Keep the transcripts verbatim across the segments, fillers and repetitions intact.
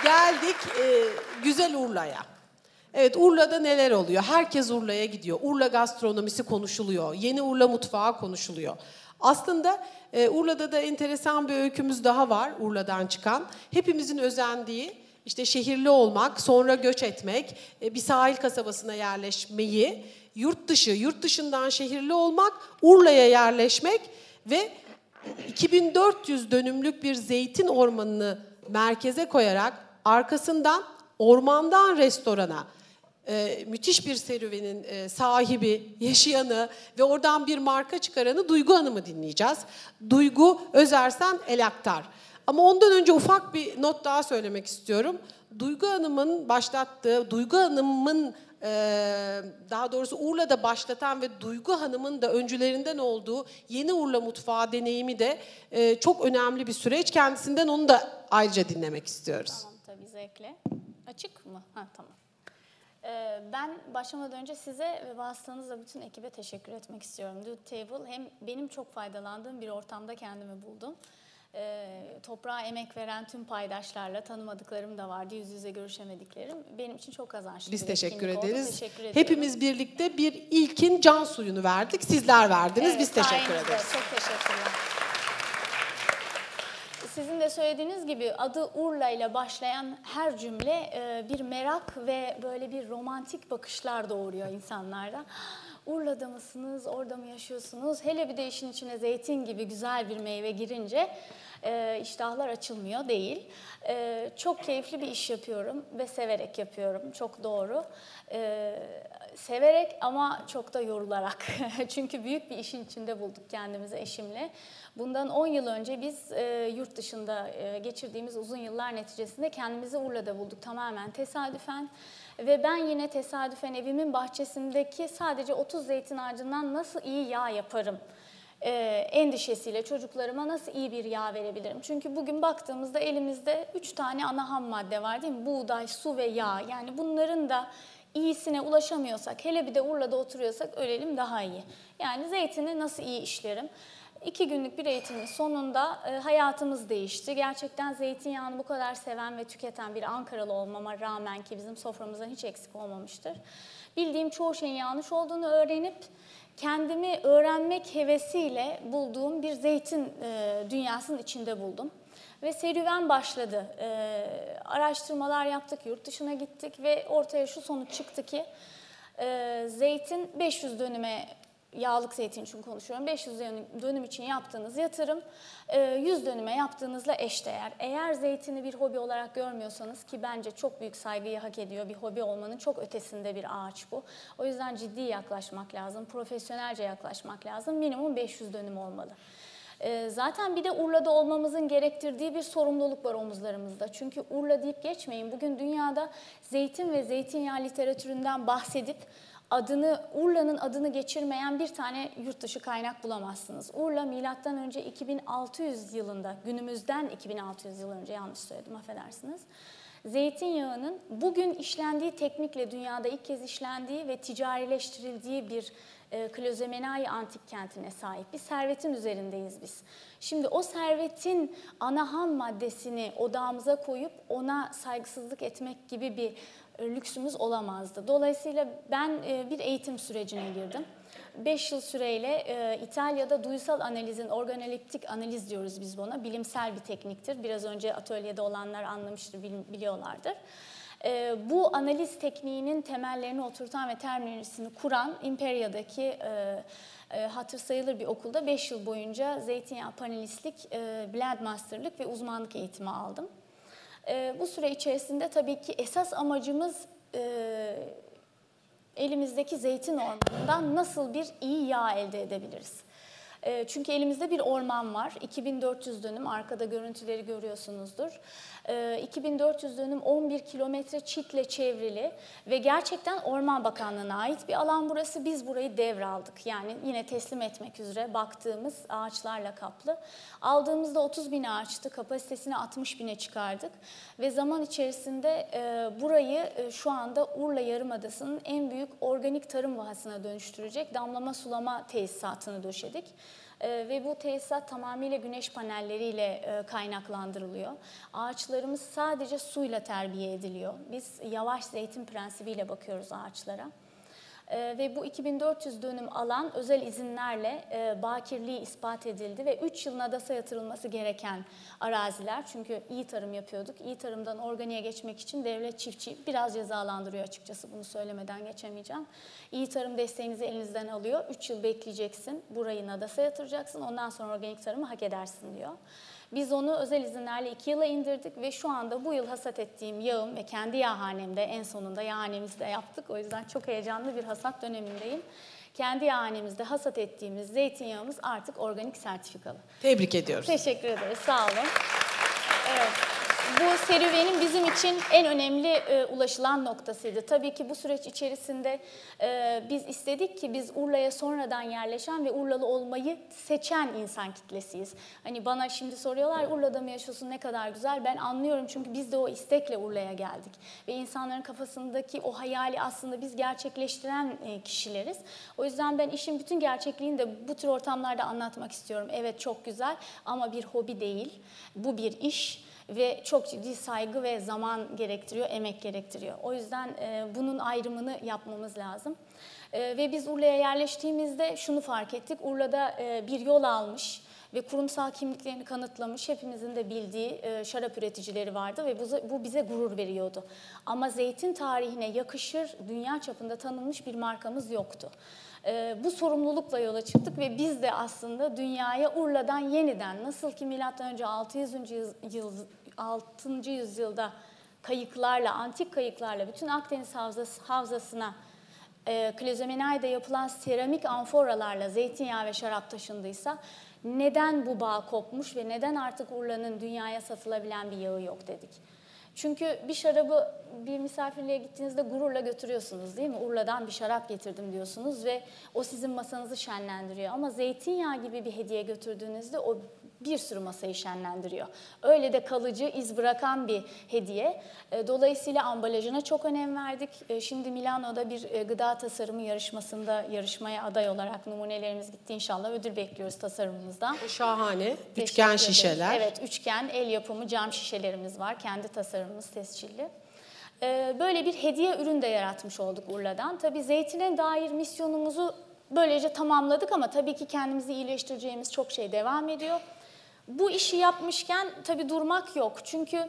Geldik e, güzel Urla'ya. Evet, Urla'da neler oluyor? Herkes Urla'ya gidiyor. Urla gastronomisi konuşuluyor. Yeni Urla mutfağı konuşuluyor. Aslında e, Urla'da da enteresan bir öykümüz daha var Urla'dan çıkan. Hepimizin özendiği, işte şehirli olmak, sonra göç etmek, e, bir sahil kasabasına yerleşmeyi, yurt dışı, yurt dışından şehirli olmak, Urla'ya yerleşmek ve iki bin dört yüz dönümlük bir zeytin ormanını merkeze koyarak arkasından ormandan restorana, e, müthiş bir serüvenin e, sahibi, yaşayanı ve oradan bir marka çıkaranı Duygu Hanım'ı dinleyeceğiz. Duygu Özersen Elaktar. Ama ondan önce ufak bir not daha söylemek istiyorum. Duygu Hanım'ın başlattığı, Duygu Hanım'ın e, daha doğrusu Urla'da başlatan ve Duygu Hanım'ın da öncülerinden olduğu Yeni Urla Mutfağı deneyimi de e, çok önemli bir süreç. Kendisinden onu da ayrıca dinlemek istiyoruz. Tamam, tabii zevkle. Açık mı? Ha, tamam. Ee, ben başlamadan önce size ve vasıtanızla bütün ekibe teşekkür etmek istiyorum. Dude Table hem benim çok faydalandığım bir ortamda kendimi buldum. E, toprağa emek veren tüm paydaşlarla, tanımadıklarım da vardı, yüz yüze görüşemediklerim. Benim için çok kazançlı Biz bir teşekkür etkinlik ederiz. oldu. Teşekkür Hepimiz birlikte bir ilkin can suyunu verdik. Sizler verdiniz. Evet, Biz teşekkür sayenizde. ederiz. Çok teşekkürler. Sizin de söylediğiniz gibi adı Urla ile başlayan her cümle bir merak ve böyle bir romantik bakışlar doğuruyor insanlarda. Urla'da mısınız, orada mı yaşıyorsunuz? Hele bir de işin içine zeytin gibi güzel bir meyve girince e, iştahlar açılmıyor değil. E, çok keyifli bir iş yapıyorum ve severek yapıyorum. Çok doğru. E, severek ama çok da yorularak. Çünkü büyük bir işin içinde bulduk kendimizi eşimle. Bundan on yıl önce biz e, yurt dışında e, geçirdiğimiz uzun yıllar neticesinde kendimizi Urla'da bulduk tamamen tesadüfen. Ve ben yine tesadüfen evimin bahçesindeki sadece otuz zeytin ağacından nasıl iyi yağ yaparım e, endişesiyle çocuklarıma nasıl iyi bir yağ verebilirim? Çünkü bugün baktığımızda elimizde üç tane ana ham madde var değil mi? Buğday, su ve yağ. Yani bunların da iyisine ulaşamıyorsak, hele bir de Urla'da oturuyorsak ölelim daha iyi. Yani zeytini nasıl iyi işlerim? İki günlük bir eğitimin sonunda e, hayatımız değişti. Gerçekten zeytinyağını bu kadar seven ve tüketen bir Ankaralı olmama rağmen ki bizim soframızdan hiç eksik olmamıştır. Bildiğim çoğu şeyin yanlış olduğunu öğrenip kendimi öğrenmek hevesiyle bulduğum bir zeytin e, dünyasının içinde buldum. Ve serüven başladı. E, araştırmalar yaptık, yurt dışına gittik ve ortaya şu sonuç çıktı ki e, zeytin beş yüz dönüme, yağlık zeytin için konuşuyorum, beş yüz dönüm için yaptığınız yatırım yüz dönüme yaptığınızla eşdeğer. Eğer zeytini bir hobi olarak görmüyorsanız, ki bence çok büyük saygıyı hak ediyor, bir hobi olmanın çok ötesinde bir ağaç bu. O yüzden ciddi yaklaşmak lazım, profesyonelce yaklaşmak lazım. Minimum beş yüz dönüm olmalı. Zaten bir de Urla'da olmamızın gerektirdiği bir sorumluluk var omuzlarımızda. Çünkü Urla deyip geçmeyin. Bugün dünyada zeytin ve zeytinyağı literatüründen bahsedip adını, Urla'nın adını geçirmeyen bir tane yurt dışı kaynak bulamazsınız. Urla milattan önce iki bin altı yüz yılında, günümüzden iki bin altı yüz yıl önce, yanlış söyledim affedersiniz. Zeytinyağının bugün işlendiği teknikle dünyada ilk kez işlendiği ve ticarileştirildiği bir e, Klozemenai antik kentine sahip bir servetin üzerindeyiz biz. Şimdi o servetin ana ham maddesini odağımıza koyup ona saygısızlık etmek gibi bir lüksümüz olamazdı. Dolayısıyla ben bir eğitim sürecine girdim. beş yıl süreyle İtalya'da duysal analizin, organoleptik analiz diyoruz biz buna, bilimsel bir tekniktir. Biraz önce atölyede olanlar anlamıştır, biliyorlardır. Bu analiz tekniğinin temellerini oturtan ve terminolojisini kuran Imperia'daki hatır sayılır bir okulda beş yıl boyunca zeytinyağı panelistlik, blend masterlık ve uzmanlık eğitimi aldım. E, bu süre içerisinde tabii ki esas amacımız e, elimizdeki zeytin ormanından nasıl bir iyi yağ elde edebiliriz? E, çünkü elimizde bir orman var. iki bin dört yüz dönüm, arkada görüntüleri görüyorsunuzdur. E, iki bin dört yüz dönüm, on bir kilometre çitle çevrili ve gerçekten Orman Bakanlığı'na ait bir alan burası. Biz burayı devraldık. Yani yine teslim etmek üzere baktığımız ağaçlarla kaplı. Aldığımızda otuz bin ağaçtı, kapasitesini altmış bine çıkardık. Ve zaman içerisinde e, burayı e, şu anda Urla Yarımadası'nın en büyük organik tarım vahasına dönüştürecek damlama sulama tesisatını döşedik. Ee, ve bu tesisat tamamıyla güneş panelleriyle e, kaynaklandırılıyor. Ağaçlarımız sadece suyla terbiye ediliyor. Biz yavaş zeytin prensibiyle bakıyoruz ağaçlara. Ee, ve bu iki bin dört yüz dönüm alan özel izinlerle e, bakirliği ispat edildi ve üç yıl NADAS'a yatırılması gereken araziler. Çünkü iyi tarım yapıyorduk. İyi tarımdan organiğe geçmek için devlet çiftçiyi biraz cezalandırıyor açıkçası. Bunu söylemeden geçemeyeceğim. İyi tarım desteğinizi elinizden alıyor. üç yıl bekleyeceksin. Burayı NADAS'a yatıracaksın. Ondan sonra organik tarımı hak edersin diyor. Biz onu özel izinlerle iki yıla indirdik ve şu anda bu yıl hasat ettiğim yağım ve kendi yağhanemde en sonunda yağhanemizi de yaptık. O yüzden çok heyecanlı bir hasat dönemindeyim. Kendi yağhanemizde hasat ettiğimiz zeytinyağımız artık organik sertifikalı. Tebrik ediyoruz. Teşekkür ederiz, sağ olun. Evet. Bu serüvenin bizim için en önemli e, ulaşılan noktasıydı. Tabii ki bu süreç içerisinde e, biz istedik ki biz Urla'ya sonradan yerleşen ve Urlalı olmayı seçen insan kitlesiyiz. Hani bana şimdi soruyorlar, Urla'da mı yaşıyorsun, ne kadar güzel. Ben anlıyorum çünkü biz de o istekle Urla'ya geldik. Ve insanların kafasındaki o hayali aslında biz gerçekleştiren e, kişileriz. O yüzden ben işin bütün gerçekliğini de bu tür ortamlarda anlatmak istiyorum. Evet, çok güzel ama bir hobi değil, bu bir iş. Ve çok ciddi saygı ve zaman gerektiriyor, emek gerektiriyor. O yüzden e, bunun ayrımını yapmamız lazım. E, ve biz Urla'ya yerleştiğimizde şunu fark ettik. Urla'da e, bir yol almış ve kurumsal kimliklerini kanıtlamış, hepimizin de bildiği e, şarap üreticileri vardı ve bu, bu bize gurur veriyordu. Ama zeytin tarihine yakışır, dünya çapında tanınmış bir markamız yoktu. E, bu sorumlulukla yola çıktık ve biz de aslında dünyaya Urla'dan yeniden, nasıl ki milattan önce altı yüzüncü yıl altıncı yüzyılda kayıklarla, antik kayıklarla bütün Akdeniz havzası, havzasına e, Klezomenai'de yapılan seramik amforalarla zeytinyağı ve şarap taşındıysa neden bu bağ kopmuş ve neden artık Urla'nın dünyaya satılabilen bir yağı yok dedik. Çünkü bir şarabı bir misafirliğe gittiğinizde gururla götürüyorsunuz değil mi? Urla'dan bir şarap getirdim diyorsunuz ve o sizin masanızı şenlendiriyor. Ama zeytinyağı gibi bir hediye götürdüğünüzde o bir sürü masayı şenlendiriyor. Öyle de kalıcı, iz bırakan bir hediye. Dolayısıyla ambalajına çok önem verdik. Şimdi Milano'da bir gıda tasarımı yarışmasında yarışmaya aday olarak numunelerimiz gitti. İnşallah ödül bekliyoruz tasarımımızdan. Şahane. Üçgen şişeler. Evet, üçgen el yapımı cam şişelerimiz var. Kendi tasarımımız tescilli. Böyle bir hediye ürün de yaratmış olduk Urla'dan. Tabii zeytine dair misyonumuzu böylece tamamladık ama tabii ki kendimizi iyileştireceğimiz çok şey devam ediyor. Bu işi yapmışken tabii durmak yok. Çünkü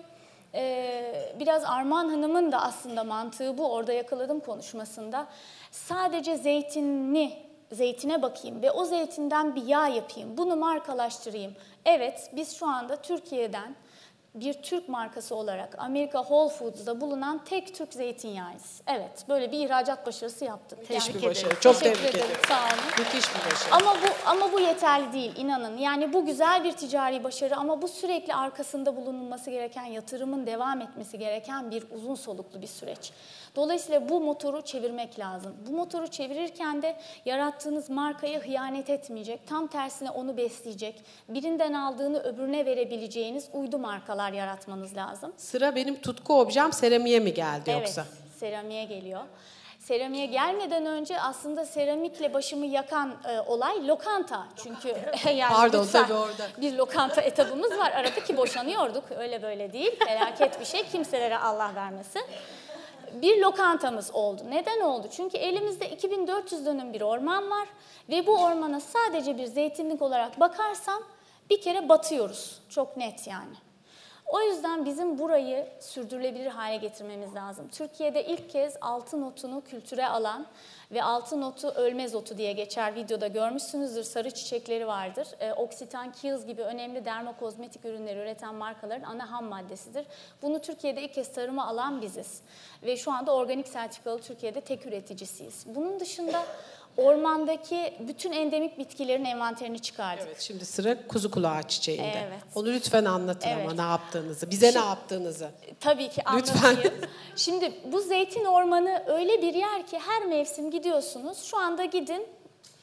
e, biraz Armağan Hanım'ın da aslında mantığı bu. Orada yakaladım konuşmasında. Sadece zeytinli, zeytine bakayım ve o zeytinden bir yağ yapayım. Bunu markalaştırayım. Evet, biz şu anda Türkiye'den bir Türk markası olarak Amerika Whole Foods'da bulunan tek Türk zeytinyağıyız. Evet, böyle bir ihracat başarısı yaptık. Müthiş bir başarı. Çok tebrik ederim. Sağ olun. Müthiş bir başarı. Ama bu ama bu yeterli değil, inanın. Yani bu güzel bir ticari başarı ama bu sürekli arkasında bulunulması gereken, yatırımın devam etmesi gereken bir uzun soluklu bir süreç. Dolayısıyla bu motoru çevirmek lazım. Bu motoru çevirirken de yarattığınız markaya hıyanet etmeyecek, tam tersine onu besleyecek, birinden aldığını öbürüne verebileceğiniz uydu markalar yaratmanız lazım. Sıra benim tutku objem seramiğe mi geldi yoksa? Evet, seramiğe geliyor. Seramiğe gelmeden önce aslında seramikle başımı yakan e, olay lokanta. Çünkü yani Pardon, lütfen, tabii orada. bir lokanta etabımız var. Arada ki boşanıyorduk. Öyle böyle değil. Felaket bir şey. Kimselere Allah vermesin. Bir lokantamız oldu. Neden oldu? Çünkü elimizde iki bin dört yüz dönüm bir orman var ve bu ormana sadece bir zeytinlik olarak bakarsam bir kere batıyoruz. Çok net yani. O yüzden bizim burayı sürdürülebilir hale getirmemiz lazım. Türkiye'de ilk kez altın otunu kültüre alan ve altın otu ölmez otu diye geçer, videoda görmüşsünüzdür, sarı çiçekleri vardır. E, Oksitan, Kiehl's gibi önemli dermokozmetik ürünleri üreten markaların ana ham maddesidir. Bunu Türkiye'de ilk kez tarıma alan biziz. Ve şu anda organik sertifikalı Türkiye'de tek üreticisiyiz. Bunun dışında ormandaki bütün endemik bitkilerin envanterini çıkardık. Evet, şimdi sıra kuzu kulağı çiçeğinde. Evet. Onu lütfen anlatın Evet. ama ne yaptığınızı, bize Şimdi, ne yaptığınızı. Tabii ki anlatayım. Lütfen. Şimdi bu zeytin ormanı öyle bir yer ki her mevsim gidiyorsunuz. Şu anda gidin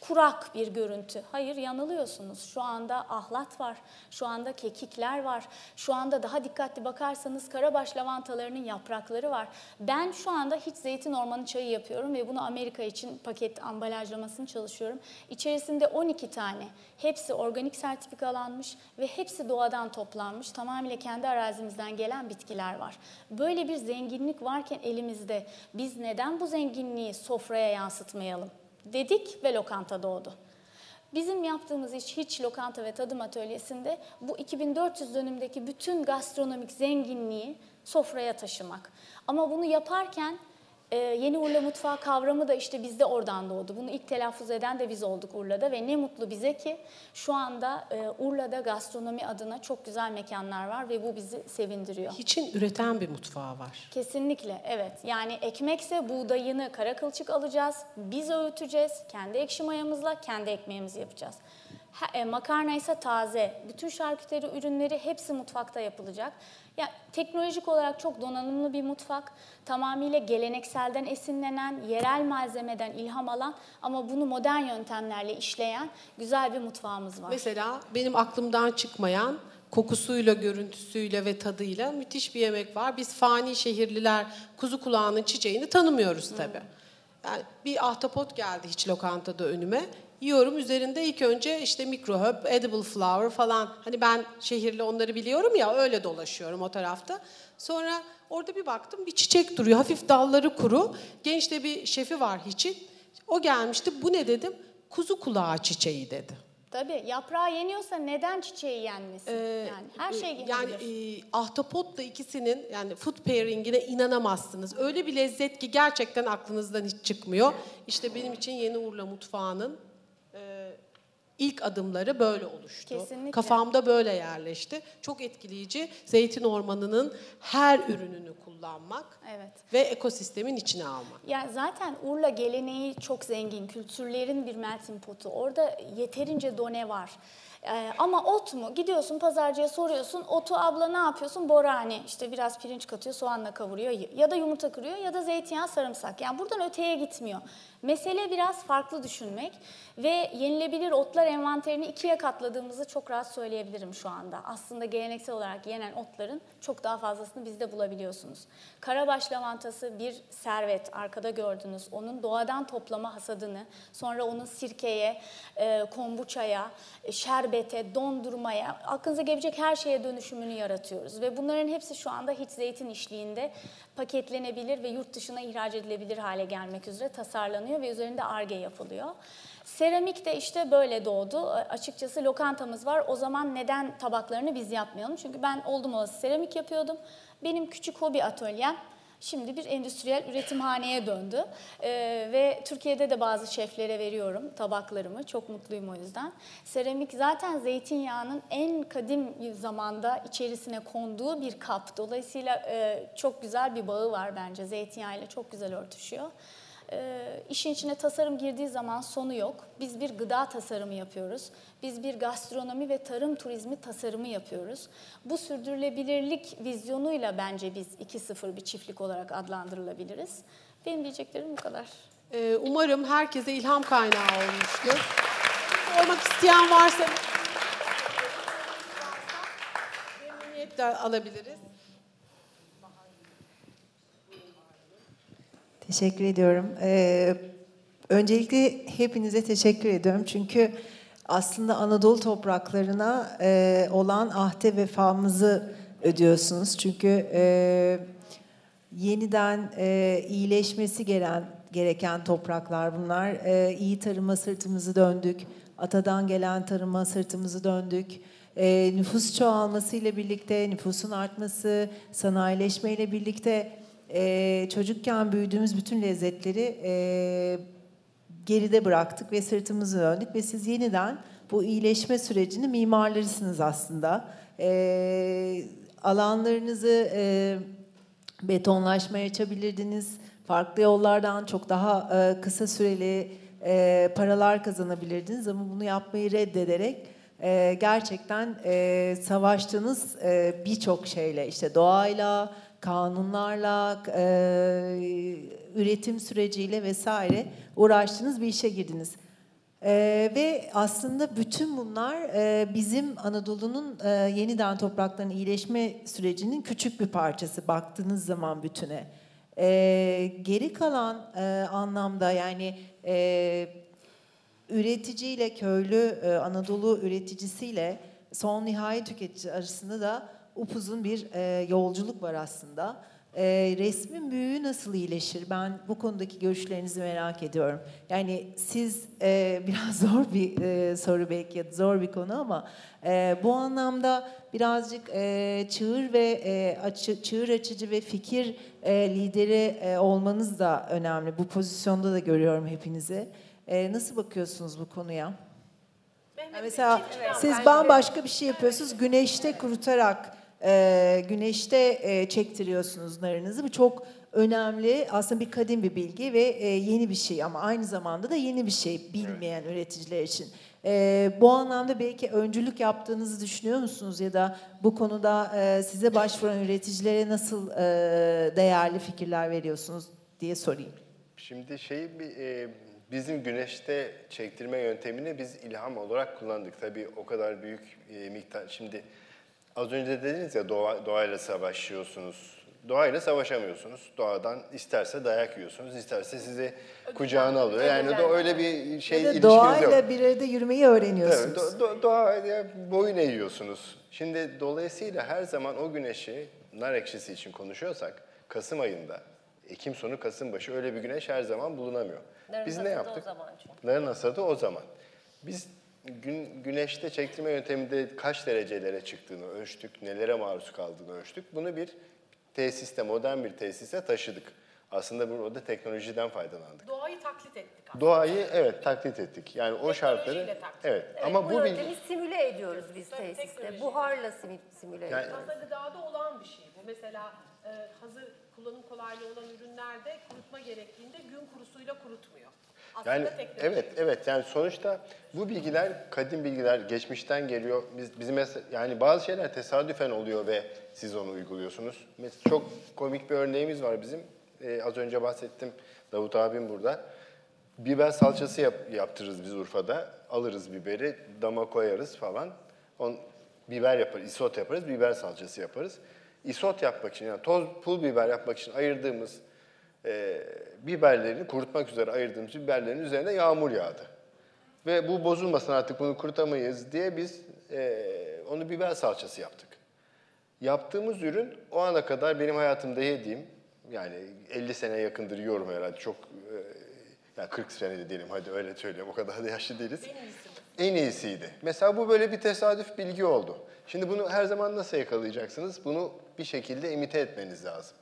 kurak bir görüntü. Hayır, yanılıyorsunuz. Şu anda ahlat var, şu anda kekikler var, şu anda daha dikkatli bakarsanız karabaş lavantalarının yaprakları var. Ben şu anda hiç zeytin ormanı çayı yapıyorum ve bunu Amerika için paket ambalajlamasını çalışıyorum. İçerisinde on iki tane, hepsi organik sertifikalanmış ve hepsi doğadan toplanmış, tamamıyla kendi arazimizden gelen bitkiler var. Böyle bir zenginlik varken elimizde biz neden bu zenginliği sofraya yansıtmayalım dedik ve lokanta doğdu. Bizim yaptığımız iş hiç lokanta ve tadım atölyesinde bu iki bin dört yüz dönümdeki bütün gastronomik zenginliği sofraya taşımak. Ama bunu yaparken e, Yeni Urla Mutfağı kavramı da işte bizde oradan doğdu. Bunu ilk telaffuz eden de biz olduk Urla'da ve ne mutlu bize ki şu anda e, Urla'da gastronomi adına çok güzel mekanlar var ve bu bizi sevindiriyor. Hiçin üreten bir mutfağı var. Kesinlikle, evet. Yani ekmekse buğdayını kara kılçık alacağız, biz öğüteceğiz, kendi ekşi mayamızla kendi ekmeğimizi yapacağız. Ha, e, makarna ise taze, bütün şarküteri ürünleri hepsi mutfakta yapılacak. Ya, teknolojik olarak çok donanımlı bir mutfak, tamamıyla gelenekselden esinlenen, yerel malzemeden ilham alan ama bunu modern yöntemlerle işleyen güzel bir mutfağımız var. Mesela benim aklımdan çıkmayan, kokusuyla, görüntüsüyle ve tadıyla müthiş bir yemek var. Biz fani şehirliler kuzu kulağının çiçeğini tanımıyoruz tabii. Hmm. Yani bir ahtapot geldi hiç lokantada önüme. Yiyorum, üzerinde ilk önce işte microherb, edible flower falan. Hani ben şehirli onları biliyorum ya, öyle dolaşıyorum o tarafta. Sonra orada bir baktım, bir çiçek duruyor. Hafif dalları kuru. Genç de bir şefi var hiçin. O gelmişti. Bu ne dedim? Kuzu kulağı çiçeği dedi. Tabii, yaprağı yeniyorsa neden çiçeği yenmesin? Ee, yani her şey yenilir. Yani e, ahtapotla ikisinin yani food pairing'ine inanamazsınız. Öyle bir lezzet ki gerçekten aklınızdan hiç çıkmıyor. İşte benim için Yeni Urla Mutfağı'nın e, ilk adımları böyle oluştu. Kesinlikle. Kafamda böyle yerleşti. Çok etkileyici. Zeytin ormanının her ürününü kullanmak, evet, ve ekosistemin içine almak. Ya zaten Urla geleneği çok zengin, kültürlerin bir melting potu. Orada yeterince done var. Ee, ama ot mu? Gidiyorsun pazarcıya soruyorsun, otu abla ne yapıyorsun? Borani, işte biraz pirinç katıyor, soğanla kavuruyor ya da yumurta kırıyor ya da zeytinyağı, sarımsak. Yani buradan öteye gitmiyor. Mesele biraz farklı düşünmek ve yenilebilir otlar envanterini ikiye katladığımızı çok rahat söyleyebilirim şu anda. Aslında geleneksel olarak yenen otların çok daha fazlasını bizde bulabiliyorsunuz. Karabaş lavantası bir servet, arkada gördünüz. Onun doğadan toplama hasadını, sonra onun sirkeye, e, kombuçaya, şerbete, dondurmaya, aklınıza gelebilecek her şeye dönüşümünü yaratıyoruz. Ve bunların hepsi şu anda hiç zeytin işliğinde paketlenebilir ve yurt dışına ihraç edilebilir hale gelmek üzere tasarlanıyor ve üzerinde Ar-Ge yapılıyor. Seramik de işte böyle doğdu. Açıkçası lokantamız var. O zaman neden tabaklarını biz yapmayalım? Çünkü ben oldum olası seramik yapıyordum. Benim küçük hobi atölyem şimdi bir endüstriyel üretimhaneye döndü. Ee, ve Türkiye'de de bazı şeflere veriyorum tabaklarımı. Çok mutluyum o yüzden. Seramik zaten zeytinyağının en kadim zamanda içerisine konduğu bir kap. Dolayısıyla e, çok güzel bir bağı var bence. Zeytinyağıyla çok güzel örtüşüyor. E, işin içine tasarım girdiği zaman sonu yok. Biz bir gıda tasarımı yapıyoruz. Biz bir gastronomi ve tarım turizmi tasarımı yapıyoruz. Bu sürdürülebilirlik vizyonuyla bence biz iki sıfır bir çiftlik olarak adlandırılabiliriz. Benim diyeceklerim bu kadar. Ee, umarım herkese ilham kaynağı olmuştur. Olmak isteyen varsa memnuniyetle alabiliriz. Teşekkür ediyorum. Ee, öncelikle hepinize teşekkür ediyorum. Çünkü aslında Anadolu topraklarına e, olan ahde vefamızı ödüyorsunuz. Çünkü e, yeniden e, iyileşmesi gereken, gereken topraklar bunlar. E, iyi tarıma sırtımızı döndük. Atadan gelen tarıma sırtımızı döndük. E, nüfus çoğalmasıyla birlikte, nüfusun artması, sanayileşmeyle birlikte Ee, çocukken büyüdüğümüz bütün lezzetleri e, geride bıraktık ve sırtımızı döndük ve siz yeniden bu iyileşme sürecinin mimarlarısınız aslında. Ee, alanlarınızı e, betonlaşmaya açabilirdiniz, farklı yollardan çok daha e, kısa süreli e, paralar kazanabilirdiniz ama bunu yapmayı reddederek e, gerçekten e, savaştığınız e, birçok şeyle, işte doğayla, kanunlarla, e, üretim süreciyle vesaire uğraştığınız bir işe girdiniz. Ee, ve aslında bütün bunlar e, bizim Anadolu'nun e, yeniden toprakların iyileşme sürecinin küçük bir parçası baktığınız zaman bütüne. Ee, geri kalan e, anlamda yani e, üreticiyle köylü e, Anadolu üreticisiyle son nihai tüketici arasında da upuzun bir e, yolculuk var aslında. E, resmin büyüğü nasıl iyileşir? Ben bu konudaki görüşlerinizi merak ediyorum. Yani siz e, biraz zor bir e, soru belki ya da zor bir konu ama e, bu anlamda birazcık e, çığır ve e, açı, çığır açıcı ve fikir e, lideri e, olmanız da önemli. Bu pozisyonda da görüyorum hepinizi. E, nasıl bakıyorsunuz bu konuya? Yani mesela siz bambaşka bir şey yapıyorsunuz. Güneşte kurutarak, e, güneşte e, çektiriyorsunuz narınızı. Bu çok önemli. Aslında bir kadim bir bilgi ve e, yeni bir şey ama aynı zamanda da yeni bir şey bilmeyen üreticiler için. E, bu anlamda belki öncülük yaptığınızı düşünüyor musunuz ya da bu konuda e, size başvuran üreticilere nasıl e, değerli fikirler veriyorsunuz diye sorayım. Şimdi şey bir e, bizim güneşte çektirme yöntemini biz ilham olarak kullandık. Tabii o kadar büyük e, miktar. Şimdi az önce dediniz ya doğa, doğayla savaşıyorsunuz. Doğayla savaşamıyorsunuz. Doğadan isterse dayak yiyorsunuz, isterse sizi kucağına alıyor. Yani de öyle bir şey Ya da ilişkiniz doğayla yok. bir arada yürümeyi öğreniyorsunuz. Evet, do, do, doğaya boyun eğiyorsunuz. Şimdi dolayısıyla her zaman o güneşi, nar ekşisi için konuşuyorsak, Kasım ayında, Ekim sonu Kasım başı öyle bir güneş her zaman bulunamıyor. Narın Biz ne hasadı yaptık? o zaman çünkü. Narın hasadı o zaman. Biz gün, güneşte çektirme yönteminde kaç derecelere çıktığını ölçtük, nelere maruz kaldığını ölçtük. Bunu bir tesiste, modern bir tesise taşıdık. Aslında burada teknolojiden faydalandık. Doğayı taklit ettik aslında. Doğayı evet taklit ettik. Yani o şartları taklit. evet. Evet, Ama bu bu bilgi yöntemi simüle ediyoruz biz Tabii, tesiste. teknoloji. Buharla simi- simüle Yani- ediyoruz. Aslında gıdada olan bir şey bu. Mesela e, hazır kullanım kolaylığı olan ürünlerde kurutma gerektiğinde gün kurusuyla kurutmuyor. Aslında Yani teknoloji. evet evet yani sonuçta bu bilgiler kadim bilgiler geçmişten geliyor. Biz bizim mes- yani bazı şeyler tesadüfen oluyor ve siz onu uyguluyorsunuz. Mesela çok komik bir örneğimiz var bizim. Ee, az önce bahsettim. Davut abim burada. Biber salçası yap, yaptırırız biz Urfa'da. Alırız biberi, dama koyarız falan. On, biber yaparız, isot yaparız, biber salçası yaparız. İsot yapmak için yani toz pul biber yapmak için ayırdığımız e, biberlerini kurutmak üzere ayırdığımız biberlerin üzerine yağmur yağdı. Ve bu bozulmasın artık bunu kurutamayız diye biz e, onu biber salçası yaptık. Yaptığımız ürün o ana kadar benim hayatımda yediğim, yani elli sene yakındır yiyorum herhalde, çok e, yani kırk sene de diyelim, hadi öyle söyleyeyim, o kadar da yaşlı değiliz. En iyisi. En iyisiydi. Mesela bu böyle bir tesadüf bilgi oldu. Şimdi bunu her zaman nasıl yakalayacaksınız? Bunu bir şekilde imite etmeniz lazım.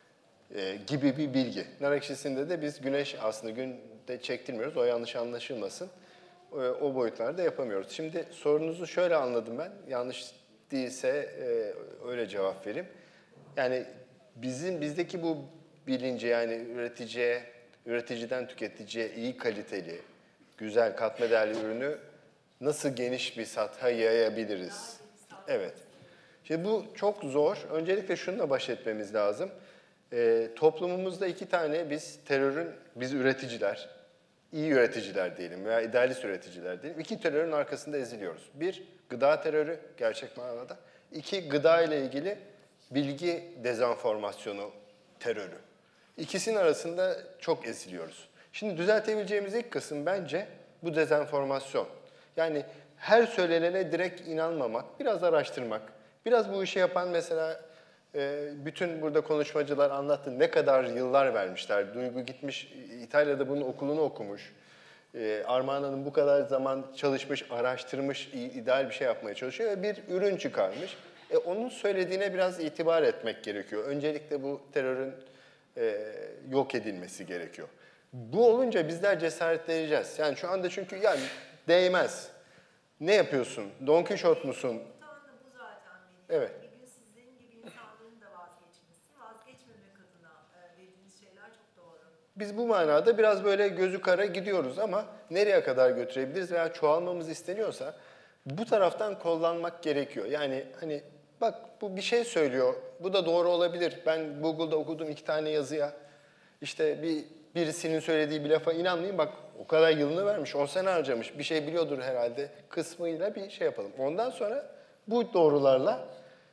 Ee, gibi bir bilgi. Nar ekşisinde de biz güneş aslında günde çektirmiyoruz, o yanlış anlaşılmasın. O, o boyutlarda yapamıyoruz. Şimdi sorunuzu şöyle anladım ben, yanlış değilse e, öyle cevap vereyim. Yani bizim bizdeki bu bilinci, yani üreticiye, üreticiden tüketiciye iyi kaliteli, güzel, katma değerli ürünü nasıl geniş bir satha yayabiliriz? Evet. Şimdi bu çok zor. Öncelikle şununla baş etmemiz lazım. Ee, toplumumuzda iki tane biz terörün, biz üreticiler, iyi üreticiler diyelim veya idealist üreticiler diyelim. İki terörün arkasında eziliyoruz. Bir, gıda terörü gerçek manada. İki, gıda ile ilgili bilgi dezenformasyonu terörü. İkisinin arasında çok eziliyoruz. Şimdi düzeltebileceğimiz ilk kısım bence bu dezenformasyon. Yani her söylenene direkt inanmamak, biraz araştırmak. Biraz bu işi yapan mesela e, bütün burada konuşmacılar anlattı ne kadar yıllar vermişler. Duygu gitmiş İtalya'da bunun okulunu okumuş. E, Armağan Hanım bu kadar zaman çalışmış, araştırmış, ideal bir şey yapmaya çalışıyor ve bir ürün çıkarmış. E, onun söylediğine biraz itibar etmek gerekiyor. Öncelikle bu terörün e, yok edilmesi gerekiyor. Bu olunca bizler cesaretleyeceğiz. Yani şu anda çünkü yani değmez. Ne yapıyorsun? Don Kişot musun? Bu zaten Evet. Bir gün sizlerin gibi insanların da vazgeçmesi, vazgeçmemek adına verdiğiniz şeyler çok doğru. Biz bu manada biraz böyle gözü kara gidiyoruz ama nereye kadar götürebiliriz veya çoğalmamız isteniyorsa bu taraftan kullanmak gerekiyor. Yani hani bak bu bir şey söylüyor, bu da doğru olabilir. Ben Google'da okudum iki tane yazıya, işte bir birisinin söylediği bir lafa inanmayayım, bak O kadar yılını vermiş, on sene harcamış. Bir şey biliyordur herhalde kısmıyla bir şey yapalım. Ondan sonra bu doğrularla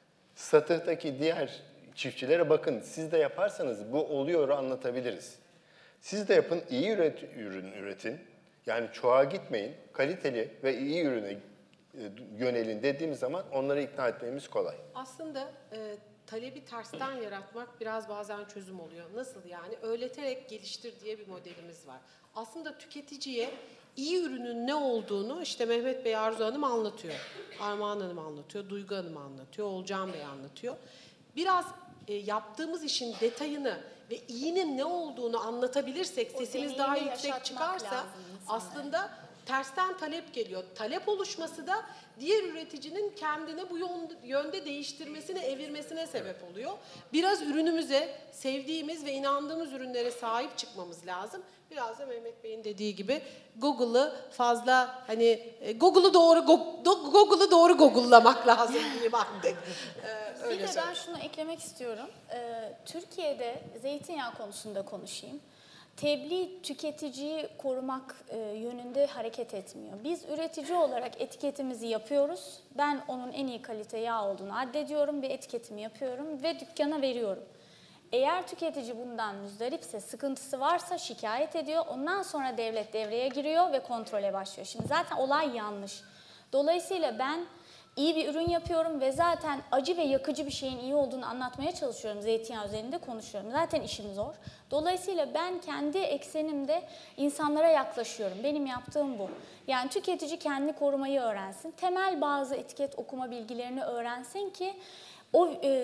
satıhtaki diğer çiftçilere bakın. Siz de yaparsanız bu oluyor anlatabiliriz. Siz de yapın, iyi üret, ürün üretin. Yani çoğa gitmeyin, kaliteli ve iyi ürüne yönelin dediğimiz zaman onları ikna etmemiz kolay. Aslında e, talebi tersten yaratmak biraz bazen çözüm oluyor. Nasıl yani? Öğreterek geliştir diye bir modelimiz var. Aslında tüketiciye iyi ürünün ne olduğunu işte Mehmet Bey, Arzu Hanım anlatıyor. Armağan Hanım anlatıyor, Duygu Hanım anlatıyor, Olcan Bey anlatıyor. Biraz e, yaptığımız işin detayını ve iyinin ne olduğunu anlatabilirsek, O sesimiz deneyimi daha yüksek yaşatmak çıkarsa lazım insanlara. aslında tersten talep geliyor. Talep oluşması da diğer üreticinin kendini bu yönde değiştirmesine, evirmesine sebep oluyor. Biraz ürünümüze, sevdiğimiz ve inandığımız ürünlere sahip çıkmamız lazım. Biraz da Mehmet Bey'in dediği gibi Google'ı fazla hani Google'ı doğru Google'ı doğru Google'lamak lazım diyeyim artık. Ee, öyle Bir de ben söyleyeyim. şunu eklemek istiyorum. Ee, Türkiye'de zeytinyağı konusunda konuşayım. Tebliğ tüketiciyi korumak e, yönünde hareket etmiyor. Biz üretici olarak etiketimizi yapıyoruz. Ben onun en iyi kalite yağ olduğunu addediyorum ve etiketimi yapıyorum ve dükkana veriyorum. Eğer tüketici bundan müzdaripse, sıkıntısı varsa şikayet ediyor. Ondan sonra devlet devreye giriyor ve kontrole başlıyor. Şimdi zaten olay yanlış. Dolayısıyla ben iyi bir ürün yapıyorum ve zaten acı ve yakıcı bir şeyin iyi olduğunu anlatmaya çalışıyorum. Zeytinyağı üzerinde konuşuyorum. Zaten işim zor. Dolayısıyla ben kendi eksenimde insanlara yaklaşıyorum. Benim yaptığım bu. Yani tüketici kendini korumayı öğrensin. Temel bazı etiket okuma bilgilerini öğrensin ki o e,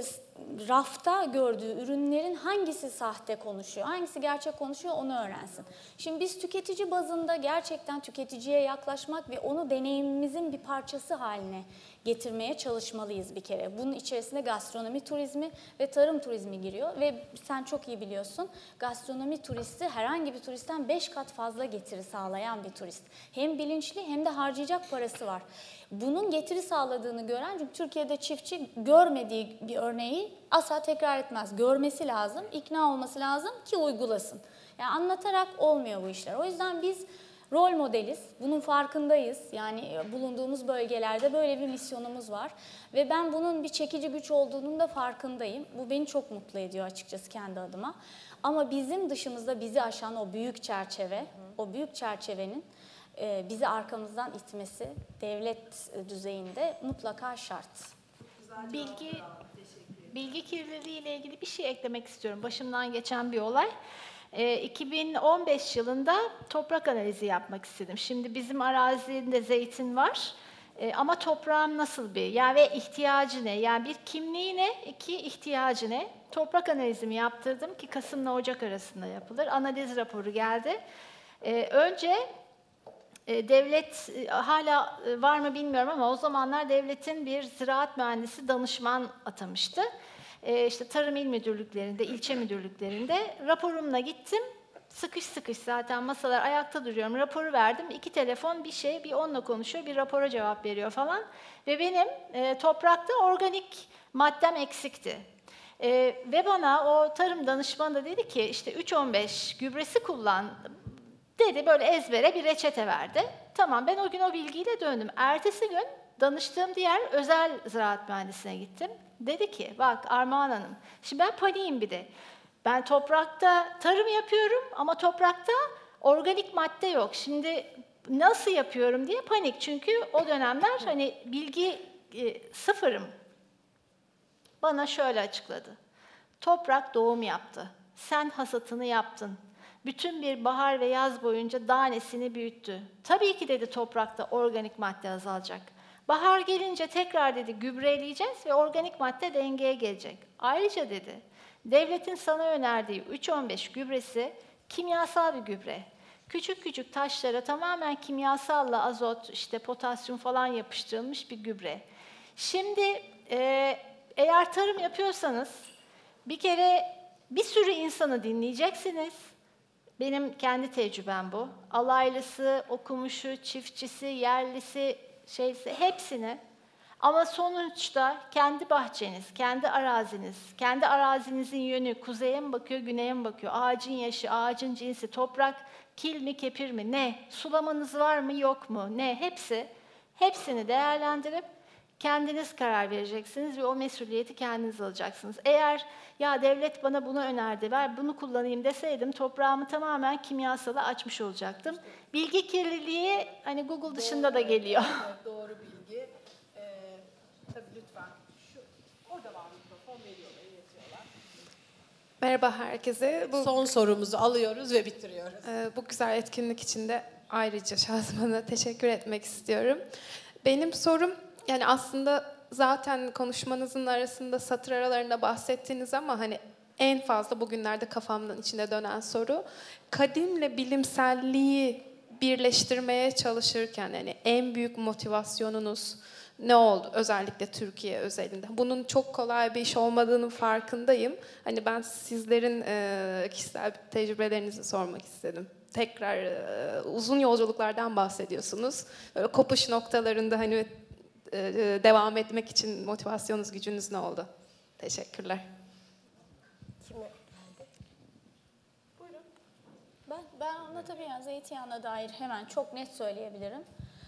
rafta gördüğü ürünlerin hangisi sahte konuşuyor, hangisi gerçek konuşuyor onu öğrensin. Şimdi biz tüketici bazında gerçekten tüketiciye yaklaşmak ve onu deneyimimizin bir parçası haline getirmeye çalışmalıyız bir kere. Bunun içerisinde gastronomi turizmi ve tarım turizmi giriyor ve sen çok iyi biliyorsun gastronomi turisti herhangi bir turistten beş kat fazla getiri sağlayan bir turist. Hem bilinçli hem de harcayacak parası var. Bunun getiri sağladığını gören, çünkü Türkiye'de çiftçi görmediği bir örneği asla tekrar etmez. Görmesi lazım, ikna olması lazım ki uygulasın. Yani anlatarak olmuyor bu işler. O yüzden biz rol modeliz, bunun farkındayız. Yani bulunduğumuz bölgelerde böyle bir misyonumuz var. Ve ben bunun bir çekici güç olduğunun da farkındayım. Bu beni çok mutlu ediyor açıkçası kendi adıma. Ama bizim dışımızda bizi aşan o büyük çerçeve, o büyük çerçevenin bizi arkamızdan itmesi devlet düzeyinde mutlaka şart. Bilgi bilgi kirliliği ile ilgili bir şey eklemek istiyorum. Başımdan geçen bir olay. E, iki bin on beş yılında toprak analizi yapmak istedim. Şimdi bizim arazide zeytin var. E, ama toprağım nasıl bir? Yani ve ihtiyacı ne? Yani bir kimliği ne? İki ihtiyacı ne? Toprak analizimi yaptırdım ki Kasım'la Ocak arasında yapılır. Analiz raporu geldi. E, önce devlet hala var mı bilmiyorum ama o zamanlar devletin bir ziraat mühendisi danışman atamıştı. İşte tarım il müdürlüklerinde, ilçe müdürlüklerinde raporumla gittim. Sıkış sıkış zaten masalar ayakta duruyorum. Raporu verdim. İki telefon bir şey, bir onunla konuşuyor, bir rapora cevap veriyor falan. Ve benim e, toprakta organik maddem eksikti. E, ve bana o tarım danışmanı da dedi ki işte üç on beş gübresi kullan. Dedi, böyle ezbere bir reçete verdi. Tamam, ben o gün o bilgiyle döndüm. Ertesi gün danıştığım diğer özel ziraat mühendisine gittim. Dedi ki, bak Armağan Hanım, şimdi ben paniğim bir de. Ben toprakta tarım yapıyorum ama toprakta organik madde yok. Şimdi nasıl yapıyorum diye panik. Çünkü o dönemler hani bilgi e, sıfırım. Bana şöyle açıkladı. Toprak doğum yaptı. Sen hasatını yaptın. Bütün bir bahar ve yaz boyunca tanesini büyüttü. Tabii ki dedi toprakta organik madde azalacak. Bahar gelince tekrar dedi gübreleyeceğiz ve organik madde dengeye gelecek. Ayrıca dedi devletin sana önerdiği üç on beş gübresi kimyasal bir gübre. Küçük küçük taşlara tamamen kimyasalla azot, işte potasyum falan yapıştırılmış bir gübre. Şimdi e, eğer tarım yapıyorsanız bir kere bir sürü insanı dinleyeceksiniz. Benim kendi tecrübem bu. Alaylısı, okumuşu, çiftçisi, yerlisi, şeysi hepsini. Ama sonuçta kendi bahçeniz, kendi araziniz, kendi arazinizin yönü kuzeye mi bakıyor, güneye mi bakıyor? Ağacın yaşı, ağacın cinsi, toprak kil mi, kepir mi, ne? Sulamanız var mı, yok mu, ne? Hepsi, hepsini değerlendirip kendiniz karar vereceksiniz ve o mesuliyeti kendiniz alacaksınız. Eğer ya devlet bana bunu önerdi, ver bunu kullanayım deseydim toprağımı tamamen kimyasala açmış olacaktım. Bilgi kirliliği hani Google dışında da geliyor. Evet, doğru bilgi. Ee, tabii lütfen. Şu, orada var mikrofon, veriyorlar, iletiyorlar. Merhaba herkese. Bu, Son sorumuzu alıyoruz ve bitiriyoruz. e, bu güzel etkinlik için de ayrıca Şazman'a teşekkür etmek istiyorum. Benim sorum, yani aslında zaten konuşmanızın arasında satır aralarında bahsettiniz ama hani en fazla bugünlerde kafamdan içinde dönen soru, kadimle bilimselliği birleştirmeye çalışırken yani en büyük motivasyonunuz ne oldu özellikle Türkiye özelinde? Bunun çok kolay bir iş olmadığının farkındayım. Hani ben sizlerin e, kişisel tecrübelerinizi sormak istedim. Tekrar e, uzun yolculuklardan bahsediyorsunuz. Böyle kopuş noktalarında hani e, e, devam etmek için motivasyonunuz, gücünüz ne oldu? Teşekkürler. Kime? Ben, ben anlatabilirim. Zeytinyağına dair hemen çok net söyleyebilirim.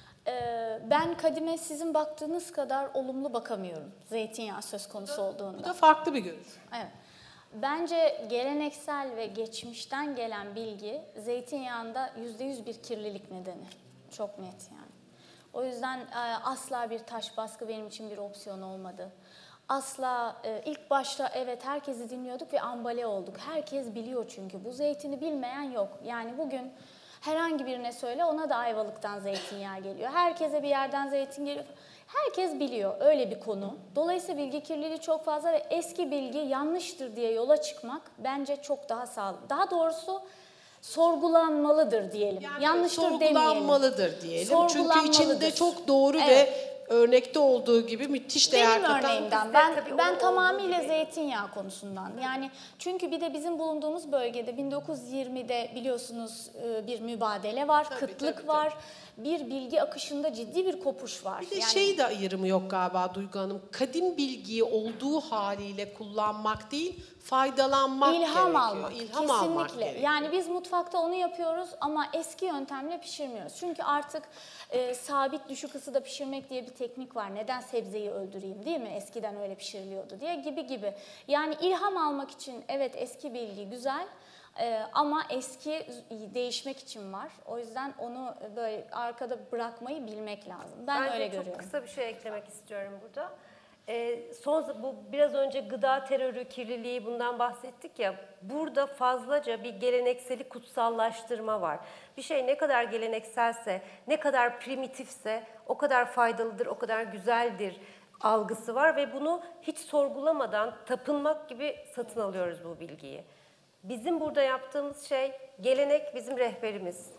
Ee, ben kadime sizin baktığınız kadar olumlu bakamıyorum zeytinyağı söz konusu Bu olduğunda. da farklı bir görüş. Evet. Bence geleneksel ve geçmişten gelen bilgi zeytinyağında yüzde yüz bir kirlilik nedeni. Çok net yani. O yüzden e, asla bir taş baskı benim için bir opsiyon olmadı. Asla e, ilk başta evet herkesi dinliyorduk ve ambale olduk. Herkes biliyor çünkü. Bu zeytini bilmeyen yok. Yani bugün herhangi birine söyle ona da Ayvalık'tan zeytinyağı geliyor. Herkese bir yerden zeytin geliyor. Herkes biliyor öyle bir konu. Dolayısıyla bilgi kirliliği çok fazla ve eski bilgi yanlıştır diye yola çıkmak bence çok daha sağlıklı. Daha doğrusu sorgulanmalıdır diyelim. Yani Yanlıştır demeyelim. sorgulanmalıdır diyelim. Çünkü Sorgulanmalıdır. içinde çok doğru Evet. ve örnekte olduğu gibi müthiş değer Benim katan. örneğimden. Ben ben tamamıyla zeytinyağı konusundan. Yani çünkü bir de bizim bulunduğumuz bölgede bin dokuz yüz yirmide biliyorsunuz bir mübadele var, Tabii, kıtlık tabii, var. Bir bilgi akışında ciddi bir kopuş var. Bir de yani, şey de ayrımı yok galiba Duygu Hanım. Kadim bilgiyi olduğu haliyle kullanmak değil, faydalanmak İlham gerekiyor. almak, İlham almak kesinlikle. gerekiyor. Yani biz mutfakta onu yapıyoruz ama eski yöntemle pişirmiyoruz. Çünkü artık e, sabit düşük ısıda pişirmek diye bir teknik var. Neden sebzeyi öldüreyim değil mi? Eskiden öyle pişiriliyordu diye gibi gibi. Yani ilham almak için evet eski bilgi güzel. Ee, ama eski değişmek için var. O yüzden onu böyle arkada bırakmayı bilmek lazım. Ben, Ben öyle de çok görüyorum. kısa bir şey eklemek istiyorum burada. Ee, son bu biraz önce gıda terörü, kirliliği bundan bahsettik ya. Burada fazlaca bir gelenekseli kutsallaştırma var. Bir şey ne kadar gelenekselse, ne kadar primitifse o kadar faydalıdır, o kadar güzeldir algısı var ve bunu hiç sorgulamadan tapınmak gibi satın alıyoruz bu bilgiyi. Bizim burada yaptığımız şey, gelenek bizim rehberimiz.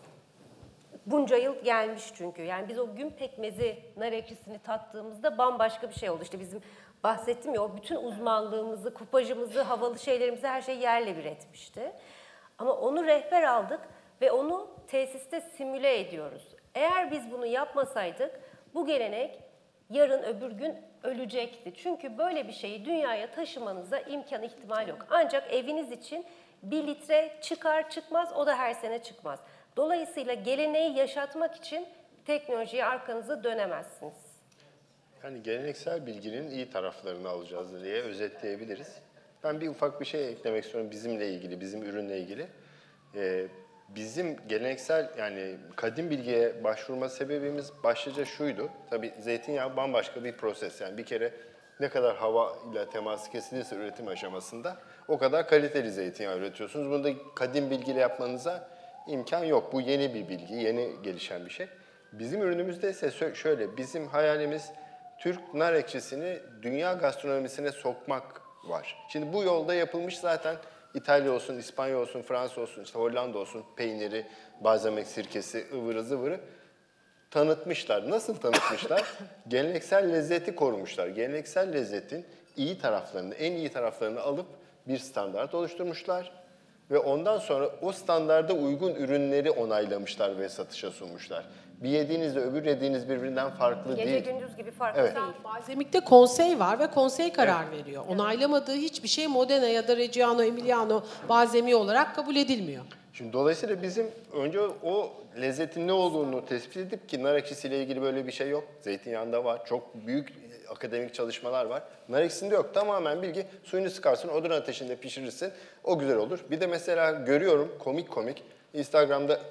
Bunca yıl gelmiş çünkü. Yani biz o gün pekmezi, nar ekşisini tattığımızda bambaşka bir şey oldu. İşte bizim bahsettim ya o bütün uzmanlığımızı, kupajımızı, havalı şeylerimizi her şeyi yerle bir etmişti. Ama onu rehber aldık ve onu tesiste simüle ediyoruz. Eğer biz bunu yapmasaydık bu gelenek yarın öbür gün ölecekti. Çünkü böyle bir şeyi dünyaya taşımanıza imkan ihtimal yok. Ancak eviniz için bir litre çıkar çıkmaz, o da her sene çıkmaz. Dolayısıyla geleneği yaşatmak için teknolojiye arkanızı dönemezsiniz. Yani geleneksel bilginin iyi taraflarını alacağız diye özetleyebiliriz. Ben bir ufak bir şey eklemek istiyorum bizimle ilgili, bizim ürünle ilgili. Ee, bizim geleneksel yani kadim bilgiye başvurma sebebimiz başlıca şuydu. Tabii zeytinyağı bambaşka bir proses. Yani bir kere ne kadar hava ile teması kesilirse üretim aşamasında o kadar kaliteli zeytinyağı üretiyorsunuz. Bunu da kadim bilgiyle yapmanıza imkan yok. Bu yeni bir bilgi, yeni gelişen bir şey. Bizim ürünümüzde ise şöyle, bizim hayalimiz Türk nar ekşisini dünya gastronomisine sokmak var. Şimdi bu yolda yapılmış zaten İtalya olsun, İspanya olsun, Fransa olsun, işte Hollanda olsun peyniri, balzamek sirkesi, ıvırı zıvırı tanıtmışlar. Nasıl tanıtmışlar? Geleneksel lezzeti korumuşlar. Geleneksel lezzetin iyi taraflarını, en iyi taraflarını alıp bir standart oluşturmuşlar. Ve ondan sonra o standarda uygun ürünleri onaylamışlar ve satışa sunmuşlar. bir yediğinizle öbür yediğiniz birbirinden farklı Gece değil. gündüz gibi farklı Evet. değil. Balzamik'te konsey var ve konsey karar veriyor. Onaylamadığı hiçbir şey Modena ya da Reggiano Emiliano balzamiği olarak kabul edilmiyor. Şimdi dolayısıyla bizim önce o lezzetin ne olduğunu tespit edip ki nar ekşisiyle ilgili böyle bir şey yok. Zeytinyağında var. Çok büyük akademik çalışmalar var. Nar ekşisinde yok. Tamamen bilgi. Suyunu sıkarsın, odun ateşinde pişirirsin. O güzel olur. Bir de mesela görüyorum komik komik Instagram'da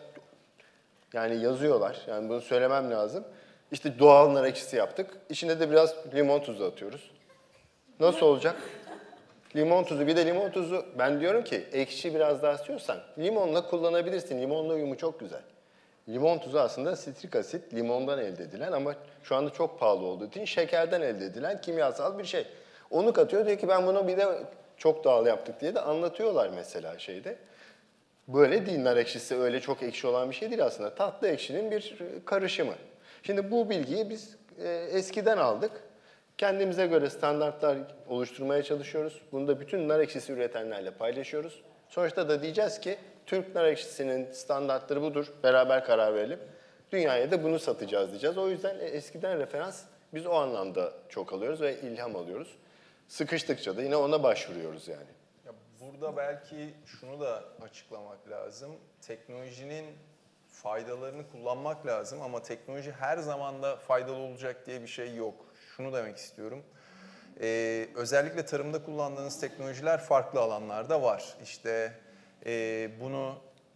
yani yazıyorlar. Yani bunu söylemem lazım. İşte doğal nar ekşisi yaptık. İçine de biraz limon tuzu atıyoruz. Nasıl olacak? Limon tuzu, bir de limon tuzu, ben diyorum ki ekşi biraz daha istiyorsan limonla kullanabilirsin. Limonla uyumu çok güzel. Limon tuzu aslında sitrik asit, limondan elde edilen ama şu anda çok pahalı olduğu için şekerden elde edilen kimyasal bir şey. Onu katıyor, diyor ki ben bunu bir de çok doğal yaptık diye de anlatıyorlar mesela şeyde. Böyle değil, nar ekşisi öyle çok ekşi olan bir şey değil aslında. Tatlı ekşinin bir karışımı. Şimdi bu bilgiyi biz e, eskiden aldık. Kendimize göre standartlar oluşturmaya çalışıyoruz. Bunu da bütün nar ekşisi üretenlerle paylaşıyoruz. Sonuçta da diyeceğiz ki Türk nar ekşisinin standartları budur. Beraber karar verelim. Dünyaya da bunu satacağız diyeceğiz. O yüzden eskiden referans biz o anlamda çok alıyoruz ve ilham alıyoruz. Sıkıştıkça da yine ona başvuruyoruz yani. Ya burada belki şunu da açıklamak lazım. Teknolojinin faydalarını kullanmak lazım ama teknoloji her zaman da faydalı olacak diye bir şey yok. Şunu demek istiyorum. Ee, özellikle tarımda kullandığınız teknolojiler farklı alanlarda var. İşte e, bunu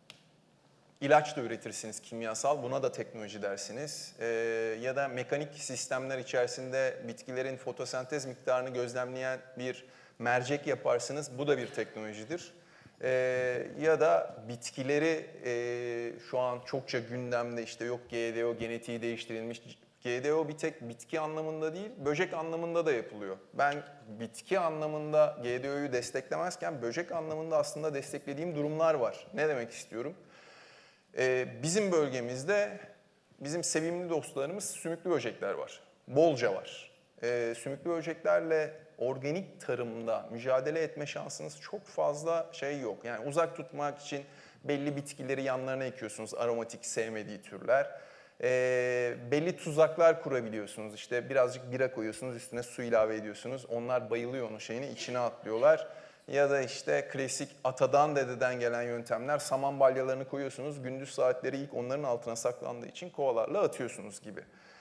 ilaç da üretirsiniz kimyasal, buna da teknoloji dersiniz. Ee, ya da mekanik sistemler içerisinde bitkilerin fotosentez miktarını gözlemleyen bir mercek yaparsınız, bu da bir teknolojidir. Ee, ya da bitkileri e, şu an çokça gündemde işte yok G D O, genetiği değiştirilmiş. G D O bir tek bitki anlamında değil, böcek anlamında da yapılıyor. Ben bitki anlamında G D O'yu desteklemezken böcek anlamında aslında desteklediğim durumlar var. Ne demek istiyorum? Ee, bizim bölgemizde bizim sevimli dostlarımız sümüklü böcekler var. Bolca var. Ee, sümüklü böceklerle organik tarımda mücadele etme şansınız çok fazla şey yok. Yani uzak tutmak için belli bitkileri yanlarına ekiyorsunuz, aromatik sevmediği türler. Ee, belli tuzaklar kurabiliyorsunuz. İşte birazcık bira koyuyorsunuz, üstüne su ilave ediyorsunuz. Onlar bayılıyor onun şeyini, içine atlıyorlar. Ya da işte klasik atadan dededen gelen yöntemler, saman balyalarını koyuyorsunuz. Gündüz saatleri ilk onların altına saklandığı için kovalarla atıyorsunuz gibi.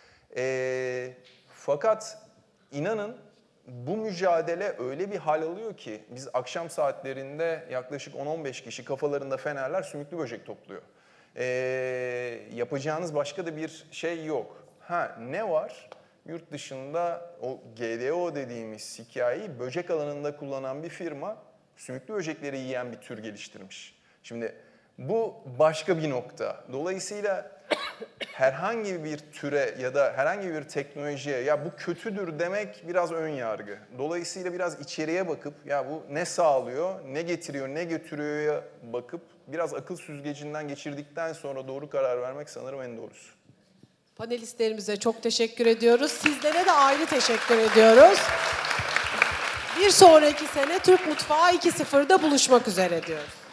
Ee, fakat inanın bu mücadele öyle bir hal alıyor ki biz akşam saatlerinde yaklaşık on on beş kişi kafalarında fenerler sümüklü böcek topluyor. Ee, yapacağınız başka da bir şey yok. Ha ne var? Yurt dışında o G D O dediğimiz hikayeyi böcek alanında kullanan bir firma sümüklü böcekleri yiyen bir tür geliştirmiş. Şimdi bu başka bir nokta. Dolayısıyla herhangi bir türe ya da herhangi bir teknolojiye ya bu kötüdür demek biraz ön yargı. Dolayısıyla biraz içeriye bakıp ya bu ne sağlıyor, ne getiriyor, ne götürüyor'ya bakıp biraz akıl süzgecinden geçirdikten sonra doğru karar vermek sanırım en doğrusu. Panelistlerimize çok teşekkür ediyoruz. Sizlere de ayrı teşekkür ediyoruz. Bir sonraki sene Türk Mutfağı iki nokta sıfır'da buluşmak üzere diyoruz.